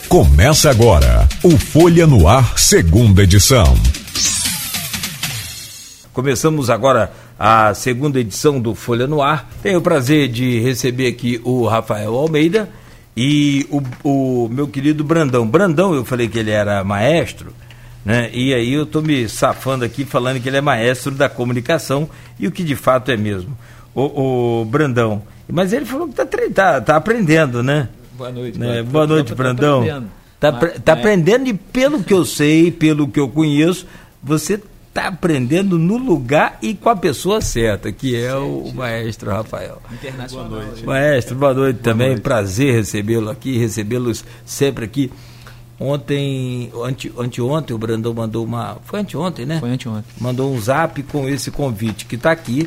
Começa agora o Folha no Ar, segunda edição. Começamos agora a segunda edição do Folha no Ar. Tenho o prazer de receber aqui o Rafael Almeida e o meu querido Brandão. Brandão, eu falei que ele era maestro, né? E aí eu estou me safando aqui falando que ele é maestro da comunicação, e o que de fato é mesmo. O Brandão, mas ele falou que tá aprendendo, né? Boa noite. Né? Boa noite, Brandão. Tá aprendendo, e pelo que eu sei, pelo que eu conheço, você está aprendendo no lugar e com a pessoa certa, que é o maestro Rafael. Internacional. Boa noite. Maestro, boa noite também. Boa noite. Prazer recebê-lo aqui, recebê-los sempre aqui. Anteontem, o Brandão mandou foi anteontem, né? Foi anteontem. Mandou um zap com esse convite que está aqui,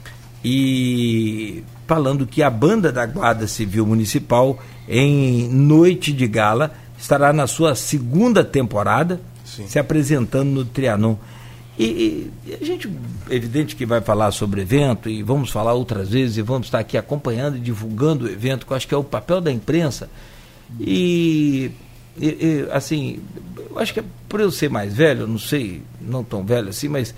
e falando que a banda da Guarda Civil Municipal, em Noite de Gala, estará na sua segunda temporada. Sim. Se apresentando no Trianon. E a gente, evidente que vai falar sobre o evento, e vamos falar outras vezes, e vamos estar aqui acompanhando e divulgando o evento, que eu acho que é o papel da imprensa. E assim, eu acho que é por eu ser mais velho, não sei, não tão velho assim, mas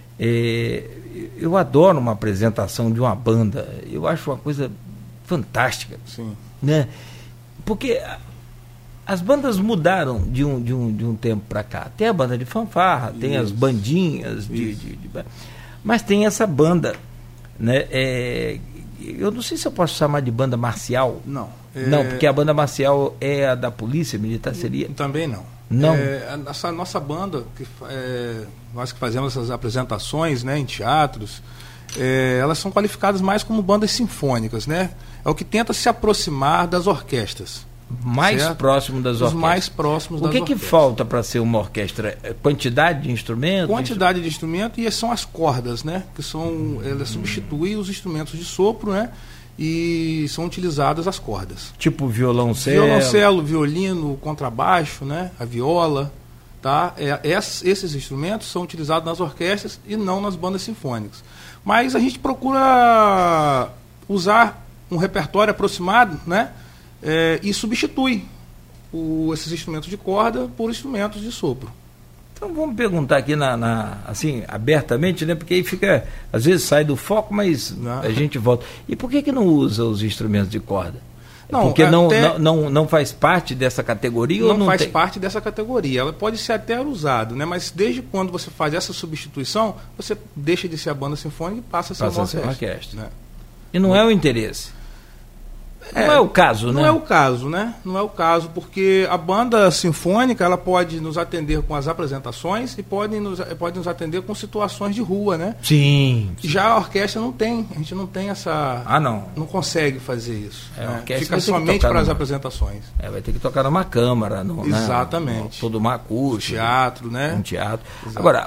eu adoro uma apresentação de uma banda. Eu acho uma coisa fantástica. Sim. Né? Porque as bandas mudaram de um tempo para cá. Tem a banda de fanfarra, tem as bandinhas, mas tem essa banda, né? Eu não sei se eu posso chamar de banda marcial. Não. Não, porque a banda marcial é a da polícia militar, seria? Também não. Não. Essa nossa banda, nós que fazemos essas apresentações, né, em teatros, elas são qualificadas mais como bandas sinfônicas, né? É o que tenta se aproximar das orquestras. Mais certo? Próximo das orquestras. Os mais próximos das orquestras. O que falta para ser uma orquestra? Quantidade de instrumentos? Quantidade de instrumentos, e são as cordas, né? Que elas substituem os instrumentos de sopro, né? E são utilizadas as cordas. Tipo violoncelo. Violoncelo, violino, contrabaixo, né? A viola, tá? Esses instrumentos são utilizados nas orquestras e não nas bandas sinfônicas. Mas a gente procura usar um repertório aproximado, né? E substitui esses instrumentos de corda por instrumentos de sopro. Então vamos perguntar aqui assim, abertamente, né? Porque aí fica, às vezes sai do foco, mas a gente volta. E por que não usa os instrumentos de corda? Porque não faz parte dessa categoria? Não faz parte dessa categoria. Ela pode ser até usada, né? Mas desde quando você faz essa substituição, você deixa de ser a banda sinfônica e passa a ser uma orquestra. Né? E não é o interesse? Não é o caso, né? Não é o caso, né? Não é o caso, porque a banda sinfônica, ela pode nos atender com as apresentações e pode nos atender com situações de rua, né? Sim. Já a orquestra não tem, a gente não tem essa... Não consegue fazer isso. Né? Fica somente para as apresentações. Vai ter que tocar numa câmara, exatamente. Todo uma acústica. Teatro, né? Um teatro. Exato. Agora,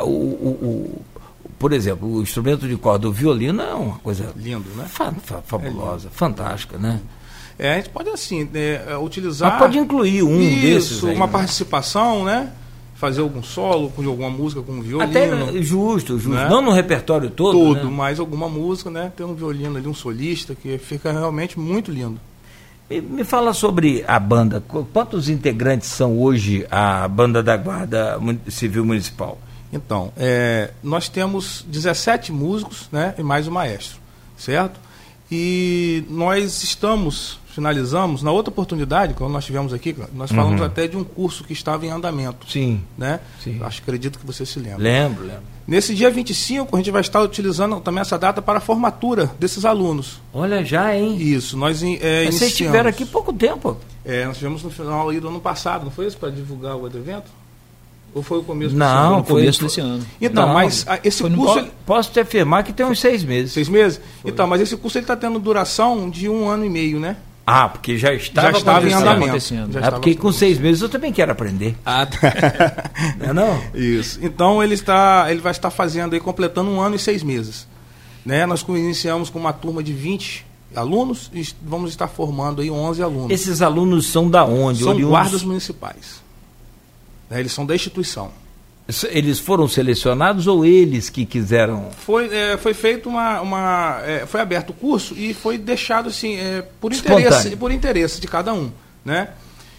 por exemplo, o instrumento de corda, o violino, é uma coisa... Lindo, né? Fabulosa, fantástica, né? A gente pode, assim, utilizar... Mas pode incluir desses aí, uma participação, né? Fazer algum solo, com alguma música com um violino. Até justo. Né? Não no repertório todo, né? Mas alguma música, né? Tem um violino ali, um solista, que fica realmente muito lindo. Me fala sobre a banda. Quantos integrantes são hoje a banda da Guarda Civil Municipal? Então, nós temos 17 músicos, né? E mais o maestro, certo? E nós finalizamos, na outra oportunidade, quando nós estivemos aqui, nós falamos até de um curso que estava em andamento. Sim. Né? Sim. Acredito que você se lembra. Lembro. Nesse dia 25, a gente vai estar utilizando também essa data para a formatura desses alunos. Olha já, hein? Isso, nós iniciamos. Vocês estiveram aqui pouco tempo. Nós estivemos no final aí do ano passado, não foi isso? Para divulgar o outro evento? Ou foi o começo desse ano? Não, foi o começo desse ano. Então, mas esse curso... Posso te afirmar que tem uns 6 meses. 6 meses? Foi. Então, mas esse curso está tendo duração de 1 ano e meio, né? Porque já estava em andamento. Porque com 6 meses eu também quero aprender. Tá. Não? Isso. Então, ele vai estar fazendo aí, completando 1 ano e 6 meses. Né? Nós iniciamos com uma turma de 20 alunos e vamos estar formando aí 11 alunos. Esses alunos são da onde? São guardas municipais. Eles são da instituição. Eles foram selecionados ou eles que quiseram? Foi feito foi aberto o curso e foi deixado assim por interesse de cada um, né?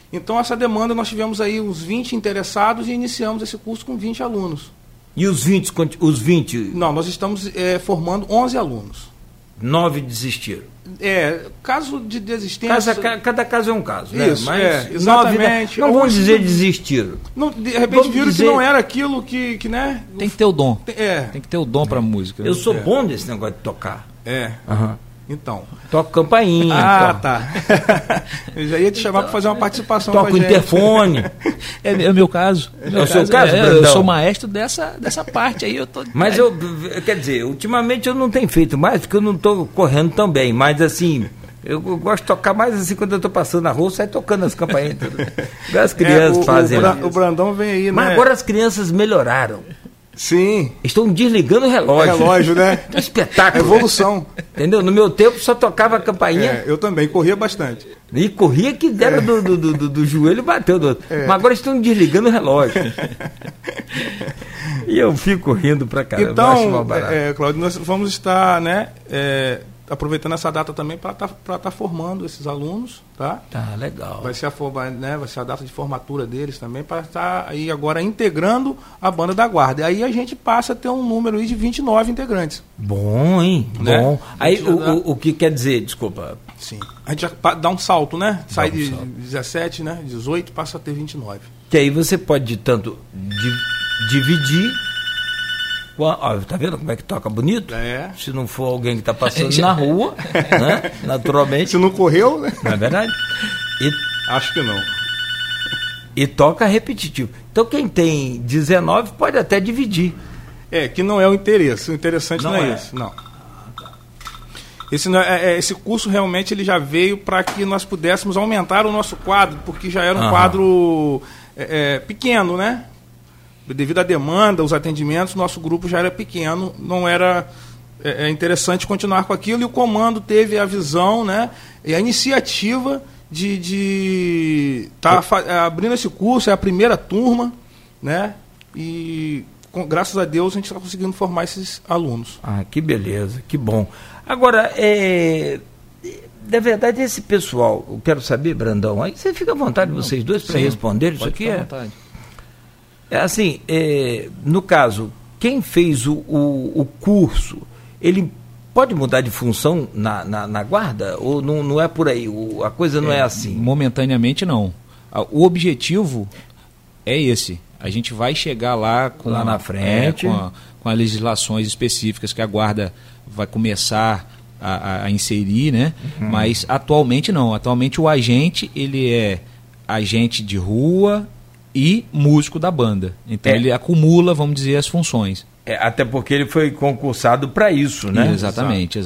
Então, essa demanda, nós tivemos aí uns 20 interessados e iniciamos esse curso com 20 alunos. E os 20? Não, nós estamos formando 11 alunos. 9 desistiram. Caso de desistência... Cada caso é um caso, né? Isso, exatamente. 9, não vamos dizer desistiram. Não, de repente viram que não era aquilo que né? Tem que ter o dom. Tem que ter o dom para música. Eu sou bom nesse negócio de tocar. Então. Toco campainha. Tá. Eu já ia te chamar para fazer uma participação. Toco interfone. É o meu caso. É o seu caso, eu sou maestro dessa parte aí. Mas quer dizer, ultimamente eu não tenho feito mais, porque eu não estou correndo tão bem. Mas assim, eu gosto de tocar mais assim quando eu estou passando na rua, sai tocando as campainhas. As crianças fazem. O Brandão vem aí, né? Mas agora as crianças melhoraram. Sim. Estão desligando o relógio. Relógio, né? É um espetáculo. Evolução. Entendeu? No meu tempo só tocava a campainha. Eu também, corria bastante. E corria que dera do joelho e bateu do outro. Mas agora estão desligando o relógio. E eu fico rindo pra caramba. Então, Cláudio, nós vamos estar, né, aproveitando essa data também para estar formando esses alunos, tá? Tá, legal. Vai ser a data de formatura deles também, para estar aí agora integrando a banda da Guarda. E aí a gente passa a ter um número aí de 29 integrantes. Bom, hein? Né? Bom. Aí o que quer dizer, desculpa. Sim. A gente já dá um salto, né? Sai de 17, né? 18, passa a ter 29. Que aí você pode tanto dividir. Ó, tá vendo como é que toca bonito? Se não for alguém que está passando na rua, né? Naturalmente. Se não correu, né? Não é verdade? Acho que não. E toca repetitivo. Então quem tem 19 pode até dividir. Que não é o interesse. O interessante não é isso. Não. Esse curso realmente ele já veio para que nós pudéssemos aumentar o nosso quadro, porque já era um quadro pequeno, né? Devido à demanda, os atendimentos, nosso grupo já era pequeno, não era interessante continuar com aquilo, e o comando teve a visão, né, e a iniciativa de estar abrindo esse curso, é a primeira turma, né, e graças a Deus a gente está conseguindo formar esses alunos. Que beleza, que bom. Agora, na verdade, esse pessoal, eu quero saber, Brandão, aí você fica à vontade, vocês dois, para responder isso aqui. Assim, no caso, quem fez o curso, ele pode mudar de função na Guarda? Ou não é por aí? A coisa não é assim? Momentaneamente, não. O objetivo é esse. A gente vai chegar lá na frente, com as legislações específicas que a Guarda vai começar a inserir, né? Mas atualmente não. Atualmente o agente, ele é agente de rua e músico da banda. Então ele acumula, vamos dizer, as funções. Até porque ele foi concursado para isso, né? Exatamente.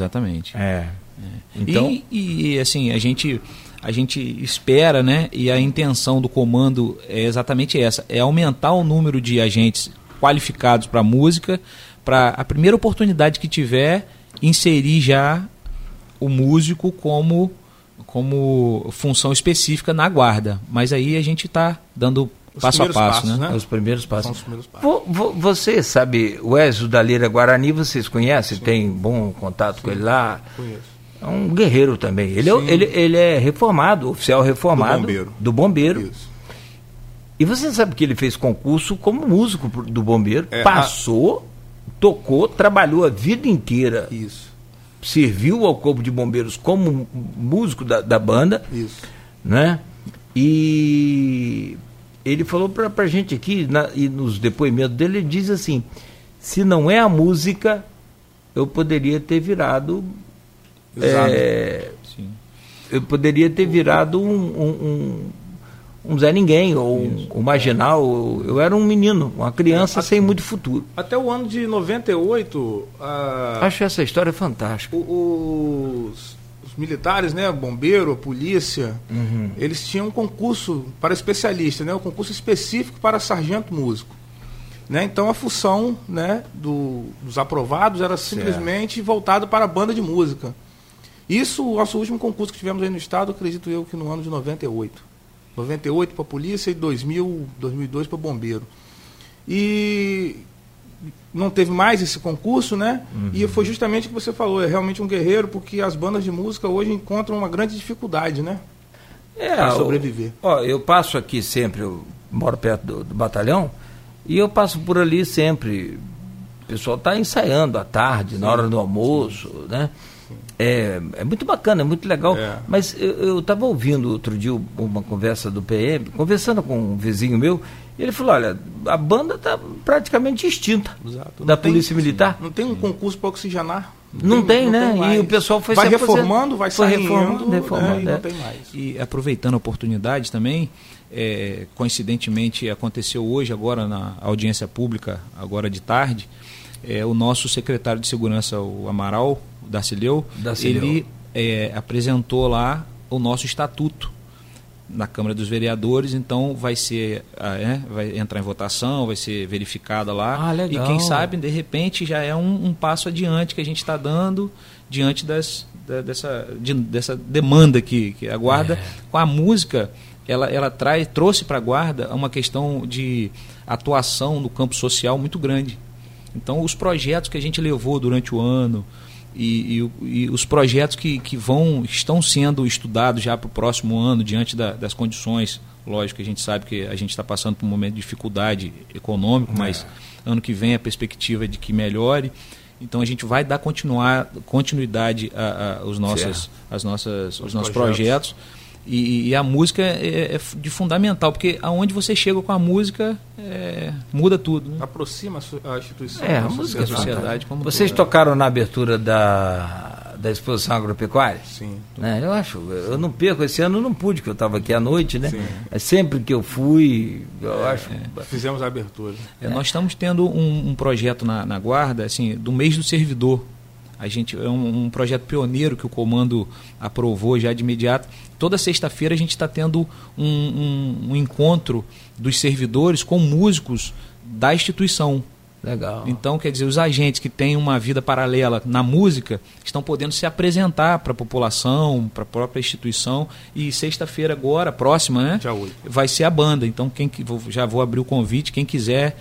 Então... E assim, a gente espera, né? E a intenção do comando é exatamente essa, é aumentar o número de agentes qualificados para música, para a primeira oportunidade que tiver, inserir já o músico como função específica na Guarda. Mas aí a gente está dando passo a passo, passos, né? Os primeiros passos. Você sabe, o Ezio da Lira Guarani, vocês conhecem? Sim. Tem bom contato com ele lá? Conheço. É um guerreiro também. Ele é reformado, oficial reformado. Do Bombeiro. Isso. E você sabe que ele fez concurso como músico do Bombeiro. Passou, tocou, trabalhou a vida inteira. Isso. Serviu ao Corpo de Bombeiros como músico da banda. Isso. Né? E ele falou pra gente aqui, e nos depoimentos dele, ele diz assim: se não é a música, eu poderia ter virado eu poderia ter virado um Zé Ninguém, ou um marginal. Eu era um menino, uma criança sem muito futuro. Até o ano de 98... Acho essa história fantástica. Os militares, né, bombeiro, a polícia, eles tinham um concurso para especialista, né, um concurso específico para sargento músico. Né, então a função, né, dos aprovados era simplesmente voltado para a banda de música. Isso, o nosso último concurso que tivemos aí no estado, acredito eu que no ano de 98. 98 para a polícia e 2002 para bombeiro. E não teve mais esse concurso, né? E foi justamente o que você falou, é realmente um guerreiro, porque as bandas de música hoje encontram uma grande dificuldade, né? para sobreviver. Eu passo aqui sempre, eu moro perto do batalhão, e eu passo por ali sempre. O pessoal está ensaiando à tarde, na hora do almoço, né? É muito bacana, é muito legal. Mas eu estava ouvindo outro dia uma conversa do PM, conversando com um vizinho meu, e ele falou, olha, a banda está praticamente extinta. Exato. Da Polícia Militar. Não tem um concurso para oxigenar. Não tem, né? E o pessoal vai reformando, vai saindo, reformando, e não tem mais. E aproveitando a oportunidade também, coincidentemente aconteceu hoje, agora na audiência pública, agora de tarde, o nosso secretário de Segurança, o Amaral, o Darcileu, ele apresentou lá o nosso estatuto na Câmara dos Vereadores, então vai entrar em votação, vai ser verificada lá. Legal. E quem sabe, de repente, já é um passo adiante que a gente está dando diante dessa demanda que a Guarda, com a música, ela trouxe para a Guarda uma questão de atuação no campo social muito grande. Então, os projetos que a gente levou durante o ano e os projetos que estão sendo estudados já para o próximo ano, diante das condições, lógico que a gente sabe que a gente está passando por um momento de dificuldade econômica, mas ano que vem a perspectiva é de que melhore. Então, a gente vai dar continuidade aos nossos projetos. E a música é de fundamental, porque aonde você chega com a música muda tudo, né? Aproxima a instituição, a música, a sociedade. Como vocês tocaram na abertura da exposição agropecuária? Sim. Eu não perco, esse ano eu não pude, porque eu estava aqui à noite, né? Mas sempre que eu fui, fizemos a abertura. Nós estamos tendo um projeto na Guarda, assim, do mês do servidor. A gente é um projeto pioneiro que o comando aprovou já de imediato. Toda sexta-feira a gente está tendo um encontro dos servidores com músicos da instituição. Legal. Então, quer dizer, os agentes que têm uma vida paralela na música estão podendo se apresentar para a população, para a própria instituição. E sexta-feira agora, próxima, né? Dia 8. Vai ser a banda. Então, já vou abrir o convite, quem quiser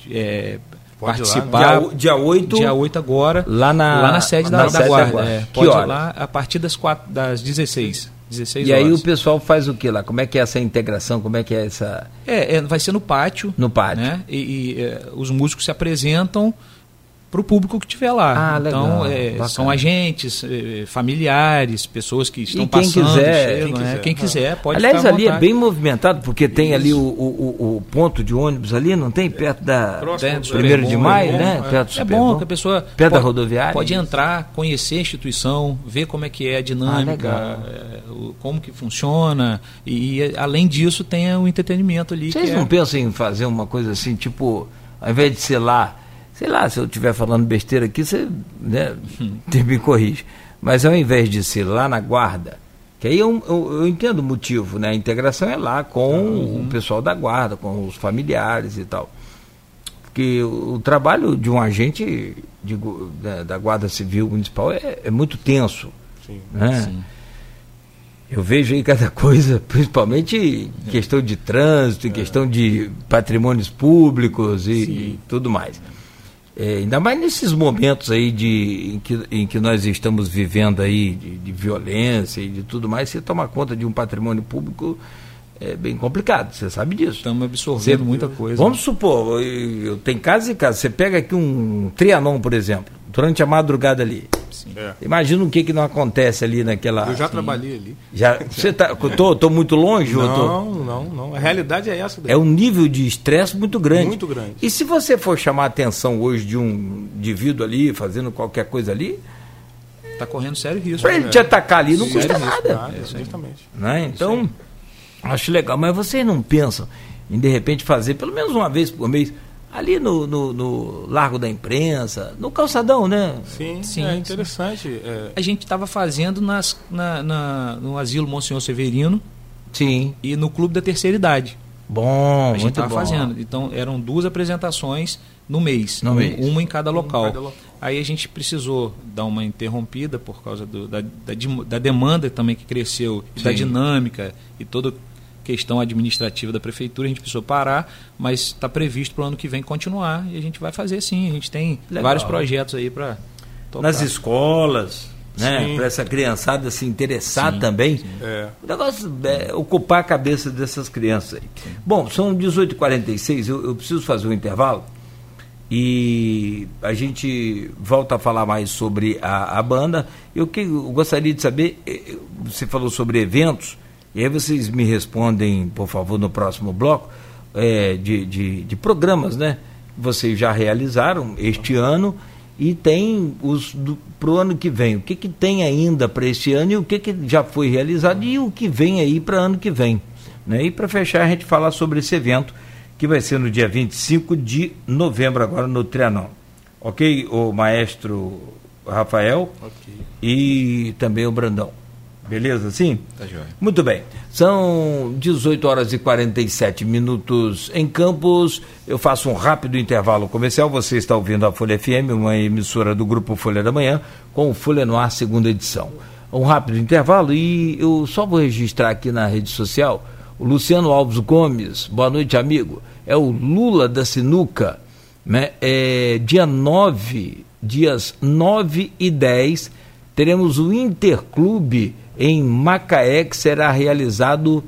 participar. Né? Dia 8 agora, lá na sede da Guarda. Pode ir lá a partir das 16 e horas. Aí o pessoal faz o que lá? Como é que é essa integração? Como é que é essa... vai ser no pátio. No pátio. Né? E os músicos se apresentam para o público que estiver lá. Então, são agentes, familiares, pessoas que estão passando. Quem quiser pode Aliás, ficar à ali vontade. É bem movimentado, porque tem ali o ponto de ônibus ali, não tem? Perto da 1º de maio, né? Perto do Super bom que a pessoa perto da rodoviária. Pode entrar, conhecer a instituição, ver como é que é a dinâmica, como que funciona, e além disso tem o entretenimento ali. Vocês não pensam em fazer uma coisa assim, tipo, ao invés de ser lá, sei lá, se eu estiver falando besteira aqui, você me corrige. Mas ao invés de ser lá na Guarda, que aí eu entendo o motivo, né? A integração é lá com o pessoal da Guarda, com os familiares e tal. Porque o trabalho de um agente da Guarda Civil Municipal é muito tenso. Sim. Né? Sim. Eu vejo aí cada coisa, principalmente em questão de trânsito, em questão de patrimônios públicos e tudo mais. Ainda mais nesses momentos aí em que nós estamos vivendo aí de violência e de tudo mais, você tomar conta de um patrimônio público é bem complicado, você sabe disso. Estamos absorvendo muita coisa. Vamos supor, eu tenho casa e casa, você pega aqui um Trianon, por exemplo, durante a madrugada ali. Imagina o que não acontece ali naquela... Eu já trabalhei ali. Você tô muito longe? Não. A realidade é essa daí. É um nível de estresse muito grande. Muito grande. E se você for chamar a atenção hoje de um indivíduo ali, fazendo qualquer coisa ali... Está correndo sério risco. Para ele te atacar ali não custa nada. Exatamente. Né? Então, acho legal. Mas vocês não pensam em, de repente, fazer pelo menos uma vez por mês... Ali no Largo da Imprensa, no calçadão, né? Sim, é interessante. A gente estava fazendo no Asilo Monsenhor Severino. Sim. E no Clube da Terceira Idade. Bom, a gente estava fazendo. Então, eram 2 apresentações no mês. Uma em cada local. Aí a gente precisou dar uma interrompida por causa da demanda também que cresceu, e da dinâmica e toda questão administrativa da prefeitura. A gente precisou parar, mas está previsto para o ano que vem continuar, e a gente vai fazer sim. A gente tem vários projetos aí para tocar. Nas escolas, né? Para essa criançada se interessar também. O negócio é ocupar a cabeça dessas crianças aí. Bom, são 18h46, eu preciso fazer um intervalo e a gente volta a falar mais sobre a banda. Eu gostaria de saber, você falou sobre eventos, e aí vocês me respondem, por favor, no próximo bloco, de programas, né? Vocês já realizaram este ano e tem para o ano que vem. O que tem ainda para este ano e o que já foi realizado e o que vem aí para ano que vem, né? E para fechar, a gente falar sobre esse evento que vai ser no dia 25 de novembro, agora no Trianon. Ok, o maestro Rafael? Ok. E também o Brandão. Beleza, sim? Tá joia. Muito bem. São 18h47 em Campos. Eu faço um rápido intervalo comercial. Você está ouvindo a Folha FM, uma emissora do Grupo Folha da Manhã, com o Folha no Ar, segunda edição. Um rápido intervalo e eu só vou registrar aqui na rede social o Luciano Alves Gomes. Boa noite, amigo. É o Lula da Sinuca, né? Dias 9 e 10, teremos o Interclube em Macaé, que será realizado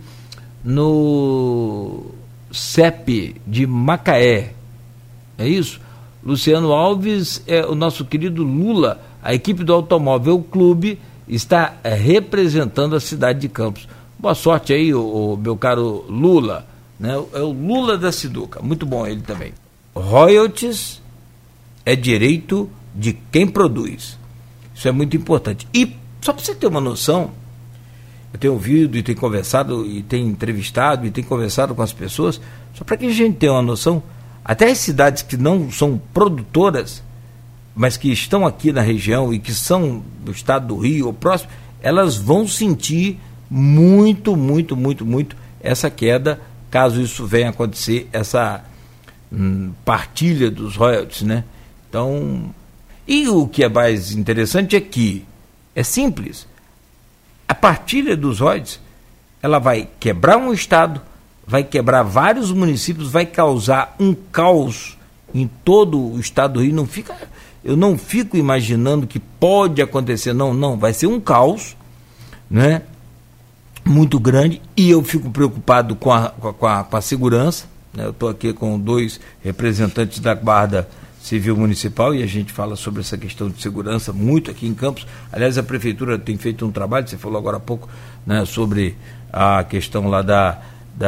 no CEP de Macaé. É isso? Luciano Alves é o nosso querido Lula. A equipe do Automóvel Clube está representando a cidade de Campos. Boa sorte aí, o meu caro Lula, né? É o Lula da Sinuca. Muito bom ele também. Royalties é direito de quem produz. Isso é muito importante. E só para você ter uma noção, eu tenho ouvido e tenho conversado e tenho entrevistado e tenho conversado com as pessoas, só para que a gente tenha uma noção, até as cidades que não são produtoras, mas que estão aqui na região e que são do estado do Rio ou próximo, elas vão sentir muito essa queda, caso isso venha a acontecer, essa partilha dos royalties, né? Então, e o que é mais interessante é que é simples. A partilha dos royalties, ela vai quebrar um estado, vai quebrar vários municípios, vai causar um caos em todo o estado do Rio. Eu não fico imaginando que pode acontecer, não, vai ser um caos, né? Muito grande, e eu fico preocupado com a segurança, né? Eu estou aqui com 2 representantes da Guarda Civil Municipal e a gente fala sobre essa questão de segurança muito aqui em Campos. Aliás, a Prefeitura tem feito um trabalho, você falou agora há pouco, né, sobre a questão lá da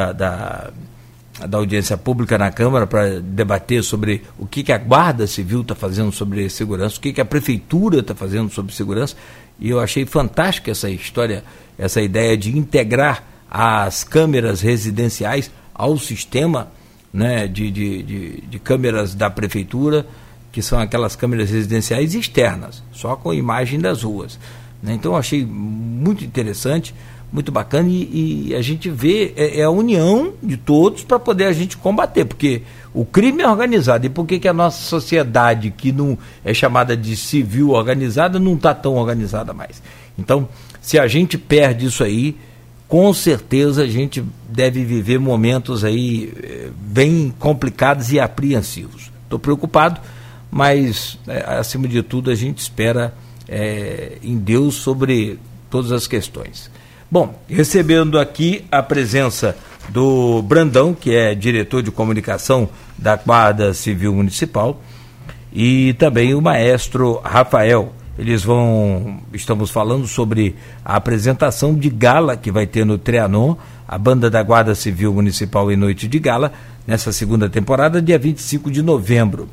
audiência pública na Câmara para debater sobre o que a Guarda Civil está fazendo sobre segurança, o que a Prefeitura está fazendo sobre segurança, e eu achei fantástica essa história, essa ideia de integrar as câmeras residenciais ao sistema, né, de câmeras da Prefeitura, que são aquelas câmeras residenciais externas, só com imagem das ruas, né? Então eu achei muito interessante, muito bacana, e a gente vê a união de todos para poder a gente combater, porque o crime é organizado, e por que a nossa sociedade, que não é chamada de civil organizada, não está tão organizada mais? Então, se a gente perde isso aí, com certeza a gente deve viver momentos aí bem complicados e apreensivos. Estou preocupado, mas acima de tudo a gente espera em Deus sobre todas as questões. Bom, recebendo aqui a presença do Brandão, que é diretor de comunicação da Guarda Civil Municipal, e também o maestro Rafael. Estamos falando sobre a apresentação de gala que vai ter no Trianon, a banda da Guarda Civil Municipal em Noite de Gala, nessa segunda temporada, dia 25 de novembro.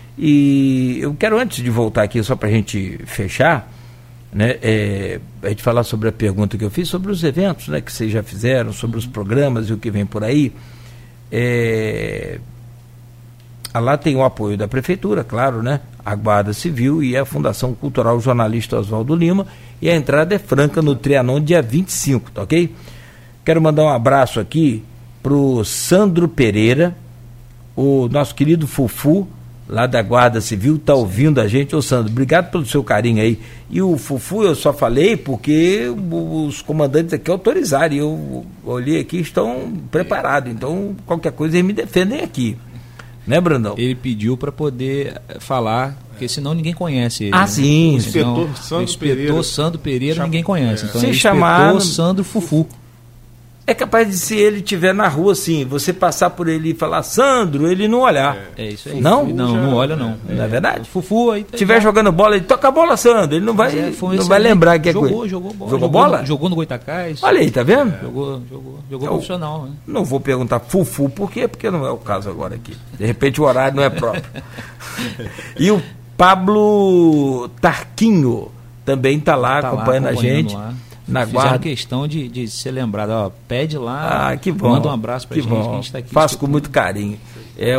E eu quero, antes de voltar aqui, só para a gente fechar, né, a gente falar sobre a pergunta que eu fiz, sobre os eventos, né, que vocês já fizeram, sobre os programas e o que vem por aí. Lá tem o apoio da Prefeitura, claro, né? A Guarda Civil e a Fundação Cultural Jornalista Oswaldo Lima, e a entrada é franca no Trianon dia 25, tá ok? Quero mandar um abraço aqui pro Sandro Pereira, o nosso querido Fufu, lá da Guarda Civil, tá ouvindo a gente. Ô Sandro, obrigado pelo seu carinho aí. E o Fufu eu só falei porque os comandantes aqui autorizaram, e eu olhei aqui, estão preparados, então qualquer coisa eles me defendem aqui. Né, Brandão? Ele pediu para poder falar, porque senão ninguém conhece ele. Ah, sim. Senão, Inspetor Sandro Sandro Pereira ninguém conhece. Então Se ele chamar- inspetor Sandro Fufu. É capaz de, se ele estiver na rua, assim, você passar por ele e falar, Sandro, ele não olhar. É isso aí. Não? Não olha não. Não é verdade? O Fufu aí... Se estiver jogando bola, ele toca a bola, Sandro. Ele não vai, Foi não excelente. vai lembrar que é jogou, coisa. Jogou bola. Jogou bola? Jogou no Goitacás. Olha aí, tá vendo? Jogou profissional. Né? Não vou perguntar Fufu por quê, porque não é o caso agora aqui. De repente o horário não é próprio. E o Pablo Tarquinho também está lá acompanhando a gente. Lá. Na Fizeram guarda. questão de ser lembrado. Ó, pede lá, Ah, que bom. manda um abraço pra que gente, bom. que a gente tá aqui. Faço com muito carinho. É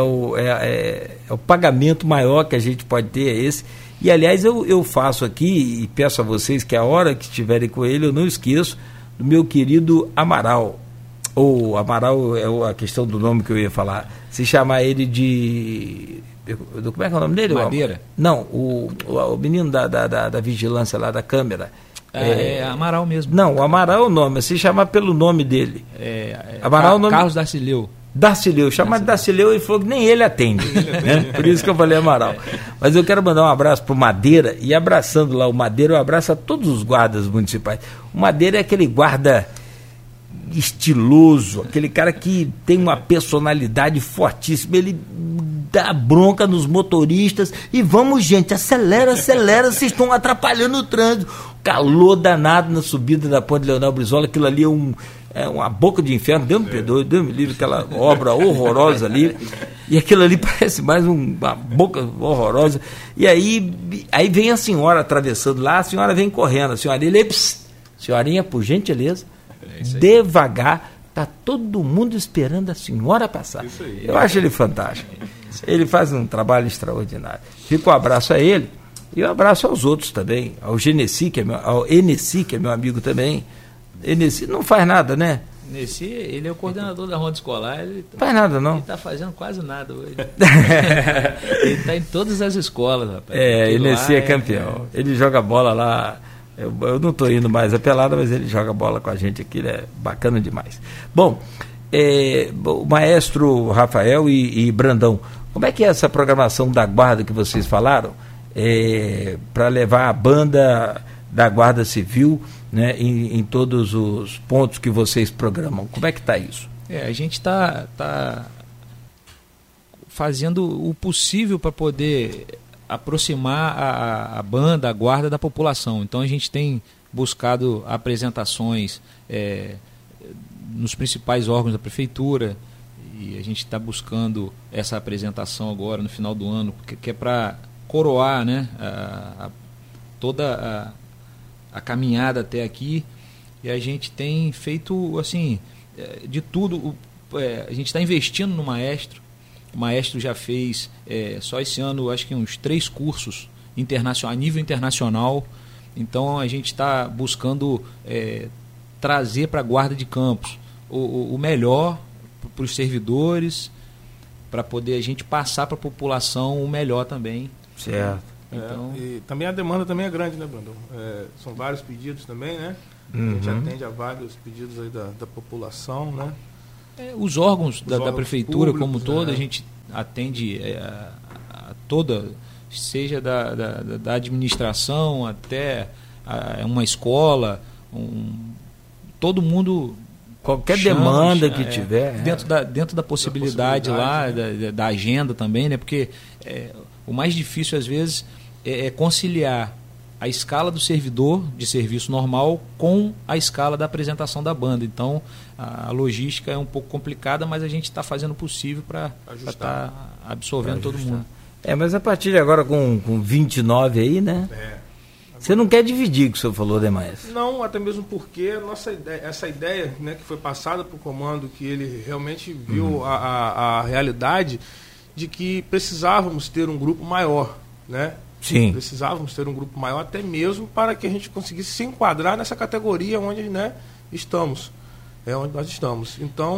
o pagamento maior que a gente pode ter, é esse. E, aliás, eu faço aqui e peço a vocês que a hora que estiverem com ele, eu não esqueço do meu querido Amaral. Ou Amaral é a questão do nome que eu ia falar. Se chamar ele de... Como é que é o nome dele? Madeira? Não, o menino da vigilância lá, da câmera. É Amaral mesmo. Não, o Amaral é o nome, se chamar pelo nome dele. Amaral é o nome... Carlos Darcileu. Darcileu, chamar de Darcileu, ele falou que nem ele atende. Né? Por isso que eu falei Amaral. Mas eu quero mandar um abraço para o Madeira, e abraçando lá o Madeira, eu abraço a todos os guardas municipais. O Madeira é aquele guarda estiloso, aquele cara que tem uma personalidade fortíssima, ele dá bronca nos motoristas e vamos, gente, acelera, vocês estão atrapalhando o trânsito. Calor danado na subida da ponte Leonel Brizola, aquilo ali é uma boca de inferno, Deus me perdoe, Deus me livre, aquela obra horrorosa ali, e aquilo ali parece mais uma boca horrorosa, e aí vem a senhora atravessando lá, a senhora vem correndo, a senhorinha ali, senhorinha, por gentileza, devagar, tá todo mundo esperando a senhora passar. Eu acho ele fantástico, ele faz um trabalho extraordinário. Fica um abraço a ele, e um abraço aos outros também, ao Genesi, ao Enesi, que é meu amigo também. Enesi não faz nada, né? Nesse, ele é o coordenador da ronda escolar. Ele faz nada, não. Ele está fazendo quase nada hoje. Ele está em todas as escolas, rapaz. Enesi é campeão. Ele joga bola lá. Eu não estou indo mais a pelada, mas ele joga bola com a gente aqui, ele é bacana demais. Bom, o maestro Rafael e Brandão, como é que é essa programação da guarda que vocês falaram? Para levar a banda da Guarda Civil, né, em todos os pontos que vocês programam. Como é que está isso? A gente está fazendo o possível para poder aproximar a banda, a guarda da população. Então a gente tem buscado apresentações nos principais órgãos da prefeitura, e a gente está buscando essa apresentação agora no final do ano, que é para coroar, né, toda a caminhada até aqui, e a gente tem feito assim de tudo. A gente está investindo no maestro. O maestro já fez só esse ano, acho que uns 3 cursos a nível internacional. Então a gente está buscando trazer para a guarda de campos o melhor para os servidores, para poder a gente passar para a população o melhor também. Certo. Então... e também a demanda também é grande, né, Brandão? São vários pedidos também, né? A gente atende a vários pedidos aí da população, né? Os órgãos da prefeitura públicos, como toda, a gente atende a toda, seja da administração até uma escola, todo mundo... Qualquer demanda que tiver. Dentro da possibilidade lá, da agenda também, né? Porque o mais difícil, às vezes, é conciliar a escala do servidor de serviço normal com a escala da apresentação da banda. Então, a logística é um pouco complicada, mas a gente está fazendo o possível para estar absorvendo todo mundo. Mas a partir de agora, com 29 aí, né? Você não quer dividir, que o senhor falou, demais? Não, até mesmo porque essa ideia, né, que foi passada para o comando, que ele realmente viu a realidade de que precisávamos ter um grupo maior, né? Sim. Precisávamos ter um grupo maior, até mesmo para que a gente conseguisse se enquadrar nessa categoria onde, né, estamos. Onde nós estamos. Então,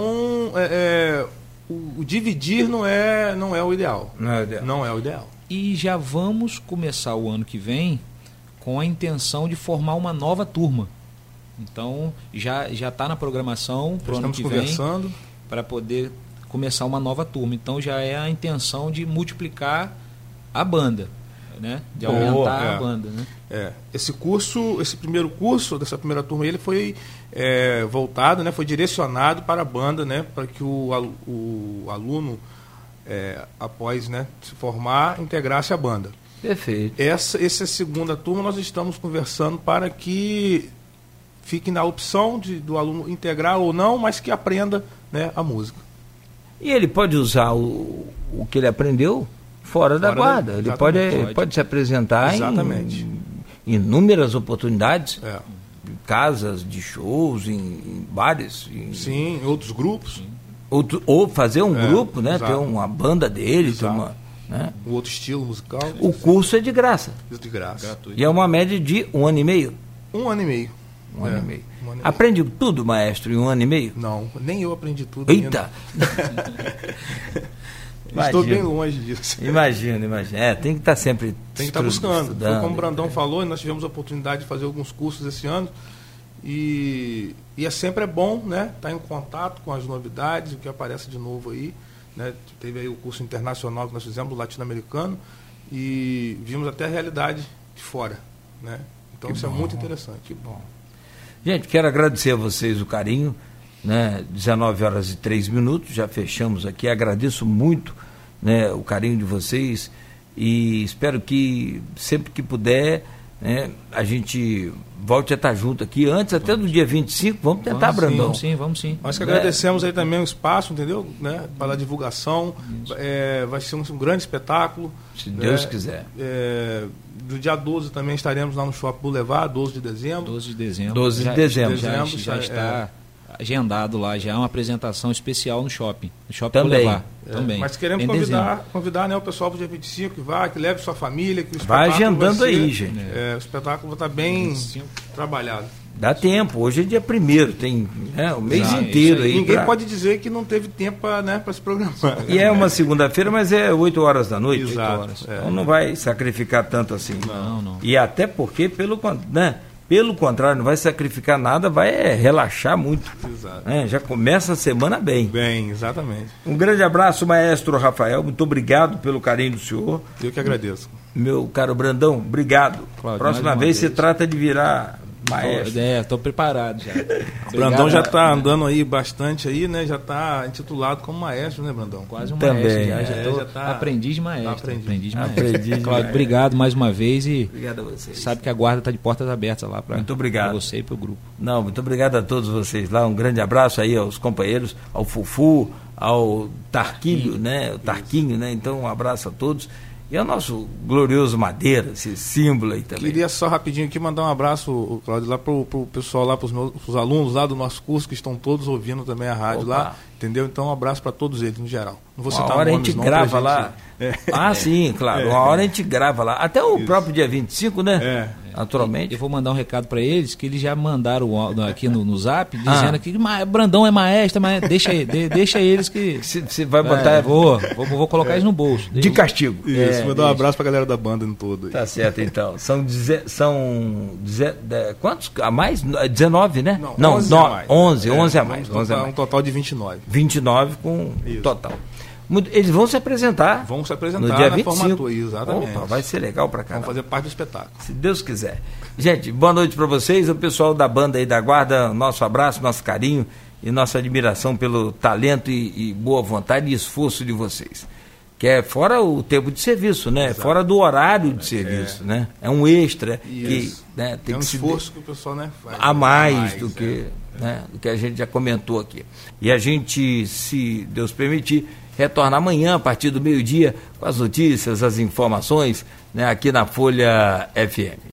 o dividir não é o ideal. Não é o ideal. E já vamos começar o ano que vem com a intenção de formar uma nova turma. Então, já está na programação para o ano que vem, para poder começar uma nova turma. Então já é a intenção de multiplicar a banda, né? De aumentar a banda, né? Esse primeiro curso dessa primeira turma, ele foi voltado, né? Foi direcionado para a banda, né? Para que o aluno, após, né, se formar, integrasse a banda. Perfeito. Essa segunda turma nós estamos conversando para que fique na opção do aluno integrar ou não, mas que aprenda, né, a música. E ele pode usar o que ele aprendeu fora da guarda. Ele pode se apresentar exatamente em inúmeras oportunidades, casas de shows, em bares. Sim, em outros grupos. Ou fazer um grupo, né? Exato. Ter uma banda dele, ter uma, né? Um outro estilo musical. O curso é de graça. De graça. Gratuito. E é uma média de 1 ano e meio. 1 ano e meio. Aprende tudo, maestro, em 1 ano e meio? Não, nem eu aprendi tudo. Eita! Estou bem longe disso. Imagina. Tem que estar sempre tem que estar buscando. Estudando, como o Brandão falou, nós tivemos a oportunidade de fazer alguns cursos esse ano. E sempre bom, né, estar em contato com as novidades, o que aparece de novo aí. Né? Teve aí o curso internacional que nós fizemos, do latino-americano, e vimos até a realidade de fora. Né? Então isso é muito interessante. Que bom. Gente, quero agradecer a vocês o carinho, né? 19h03, já fechamos aqui. Agradeço muito, né, o carinho de vocês e espero que sempre que puder, né, a gente volte a estar junto aqui antes, até do dia 25, vamos tentar, Brandão. Vamos sim. Nós que agradecemos aí também o espaço, entendeu? Né, para a divulgação. Vai ser um grande espetáculo. Se Deus quiser. Do dia 12 também estaremos lá no Shopping Boulevard, 12 de dezembro. 12 de dezembro. 12 de dezembro. Já está agendado lá, já é uma apresentação especial no shopping. No Shopping Também. Boulevard. Também. Mas queremos convidar, né, o pessoal para o dia 25, que leve sua família. Que o vai agendando aí, gente. O espetáculo vai estar bem trabalhado. Dá tempo, hoje é dia 1º, tem, né, o mês inteiro aí. Ninguém pode dizer que não teve tempo para se programar. E é uma segunda-feira, mas é 8 horas da noite. Exato. 8 horas. Então não vai sacrificar tanto assim. Não. E até porque, pelo contrário, não vai sacrificar nada, vai relaxar muito. Exato. Já começa a semana bem. Bem, exatamente. Um grande abraço, maestro Rafael, muito obrigado pelo carinho do senhor. Eu que agradeço. Meu caro Brandão, obrigado. Cláudio, próxima vez se trata de virar maestro. Estou preparado já. O Brandão já está andando aí bastante aí, né? Já está intitulado como maestro, né, Brandão? Quase um também, maestro. Já tá aprendiz de maestro. Aprendiz de Cláudio, maestro. Obrigado mais uma vez e obrigado a vocês. Sabe que a guarda está de portas abertas lá para você e para o grupo. Não, muito obrigado a todos vocês lá. Um grande abraço aí aos companheiros, ao Fufu, ao Tarquinho, né? O Tarquinho, né? Então um abraço a todos. E ao nosso glorioso Madeira, esse símbolo aí também. Queria só rapidinho aqui mandar um abraço, Cláudio, lá pro pessoal lá, pros alunos lá do nosso curso, que estão todos ouvindo também a rádio lá, entendeu? Então um abraço para todos eles, no geral. Não vou citar uma hora nomes, a gente grava lá. Sim, claro. Uma hora a gente grava lá. Até o próprio dia 25, né? Naturalmente. Eu vou mandar um recado para eles, que eles já mandaram aqui no Zap, dizendo que Brandão é maestro, mas deixa eles que... Você vai botar... Vou colocar eles no bolso. De castigo. Isso, vou dar um abraço pra galera da banda no todo. Tá certo, então. São quantos a mais? 19, né? Não, 11 a mais. Um total de 29. 29 com total. Eles vão se apresentar. Vão se apresentar no dia na 25. formatura, exatamente. Opa, vai ser legal pra caramba. Vamos fazer parte do espetáculo. Se Deus quiser. Gente, boa noite para vocês. O pessoal da banda aí da Guarda, nosso abraço, nosso carinho e nossa admiração pelo talento e boa vontade e esforço de vocês. Que é fora o tempo de serviço, né? Exato. Fora do horário de serviço, né? É um extra. Que, né, tem um esforço que o pessoal, né, faz. A mais do que, né, do que a gente já comentou aqui. E a gente, se Deus permitir, retorna amanhã a partir do meio-dia com as notícias, as informações, né, aqui na Folha FM.